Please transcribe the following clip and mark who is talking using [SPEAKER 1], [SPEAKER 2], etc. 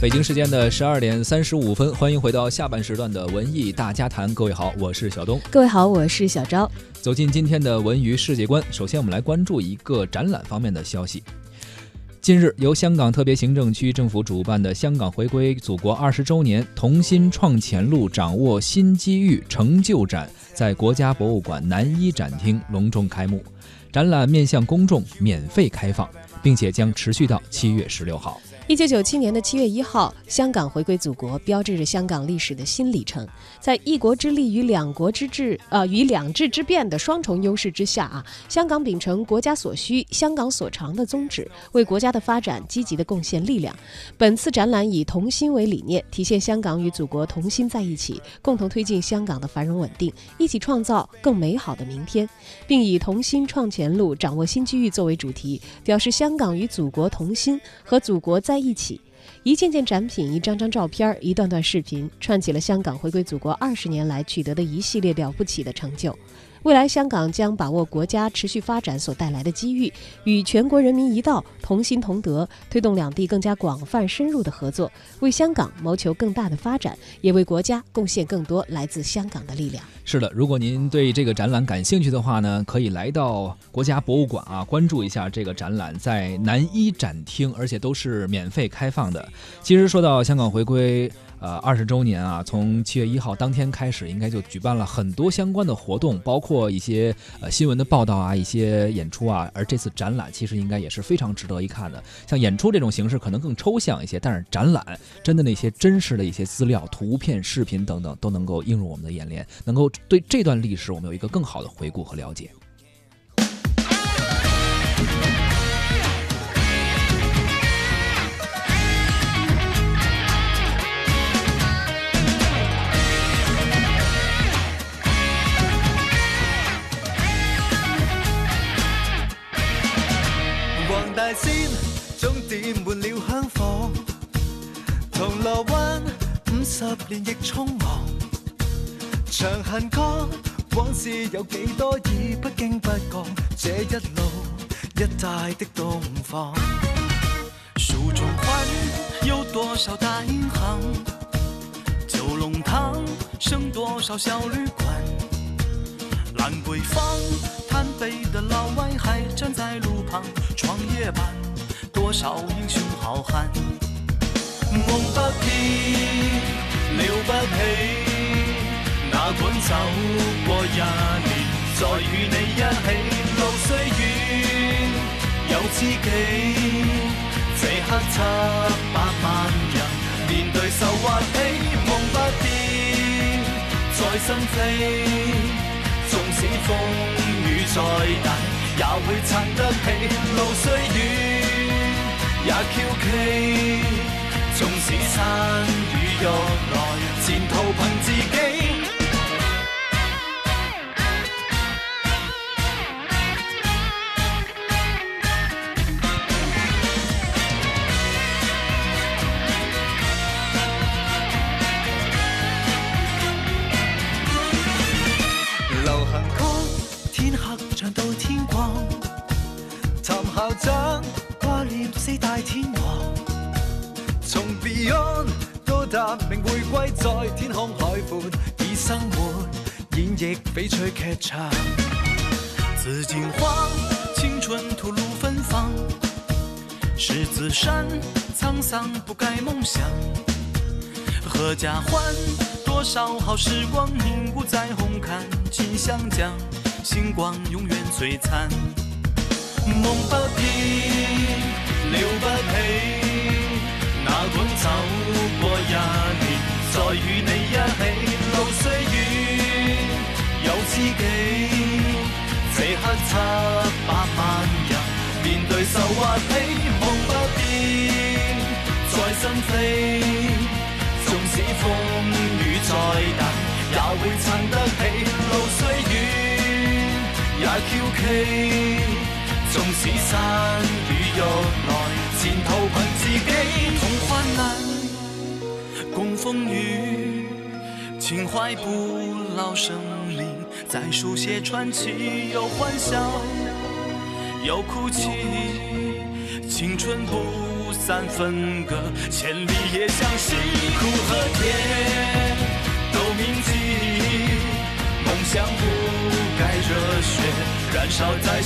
[SPEAKER 1] 北京时间的12:35，欢迎回到下半时段的文艺大家谈。各位好，我是小东。
[SPEAKER 2] 各位好，我是小昭。
[SPEAKER 1] 走进今天的文娱世界观，首先我们来关注一个展览方面的消息。近日，由香港特别行政区政府主办的香港回归祖国20周年同心创前路，掌握新机遇成就展在国家博物馆南一展厅隆重开幕。展览面向公众免费开放，并且将持续到7月16号。
[SPEAKER 2] 1997年的7月1号，香港回归祖国，标志着香港历史的新里程。在一国之力与两制之变的双重优势之下香港秉承国家所需、香港所长的宗旨，为国家的发展积极的贡献力量。本次展览以同心为理念，体现香港与祖国同心在一起，共同推进香港的繁荣稳定，一起创造更美好的明天，并以同心创前路，掌握新机遇作为主题，表示香港与祖国同心，和祖国在一起。一件件展品，一张张照片，一段段视频，串起了香港回归祖国20年来取得的一系列了不起的成就。未来香港将把握国家持续发展所带来的机遇，与全国人民一道，同心同德，推动两地更加广泛深入的合作，为香港谋求更大的发展，也为国家贡献更多来自香港的力量。
[SPEAKER 1] 是的，如果您对这个展览感兴趣的话呢，可以来到国家博物馆关注一下这个展览，在南一展厅，而且都是免费开放的。其实说到香港回归20周年从7月1号当天开始，应该就举办了很多相关的活动，包括一些新闻的报道一些演出而这次展览其实应该也是非常值得一看的。像演出这种形式可能更抽象一些，但是展览真的那些真实的一些资料、图片、视频等等都能够映入我们的眼帘，能够对这段历史我们有一个更好的回顾和了解。
[SPEAKER 3] 黃大仙終點滿了香火，銅鑼灣50年亦匆忙，長恨歌往事有幾多已不經不覺，這一路一帶的東方。蜀中環有多少大銀行，九龍塘剩多少小旅館，蘭桂坊貪杯的老外還站在路旁，創業板多少英雄好漢，夢不變了不起，哪管走過20年，再與你一起，路雖遠有知己，這刻700萬人面對受或喜，夢不變在心扉，縱使風雨再大，也會撐得起。路雖遠也蹺蹊，縱使山雨欲來，前途憑自己。流行曲天黑唱到天光，談校長掛念4大天王，從 Beyond 到達明回歸，在天空海闊，以生活演繹翡翠劇場。紫荊花青春吐露芬芳，獅子山滄桑不改夢想，合家歡多少好時光凝固在紅磡金香江，星光永遠璀璨。夢不變了不起，哪管走過20年，再與你一起。路雖遠有知己，這刻700萬人面對受或喜，夢不變在心扉，縱使風雨再大，也會撐得起。路雖遠也蹺蹊，縱使山雨欲來，前途憑自己。同患難共風雨，情懷不老生靈，在書寫傳奇，有歡笑有哭泣，青春不散分割，千里也相信苦和甜都铭记，梦想不该热血燃烧在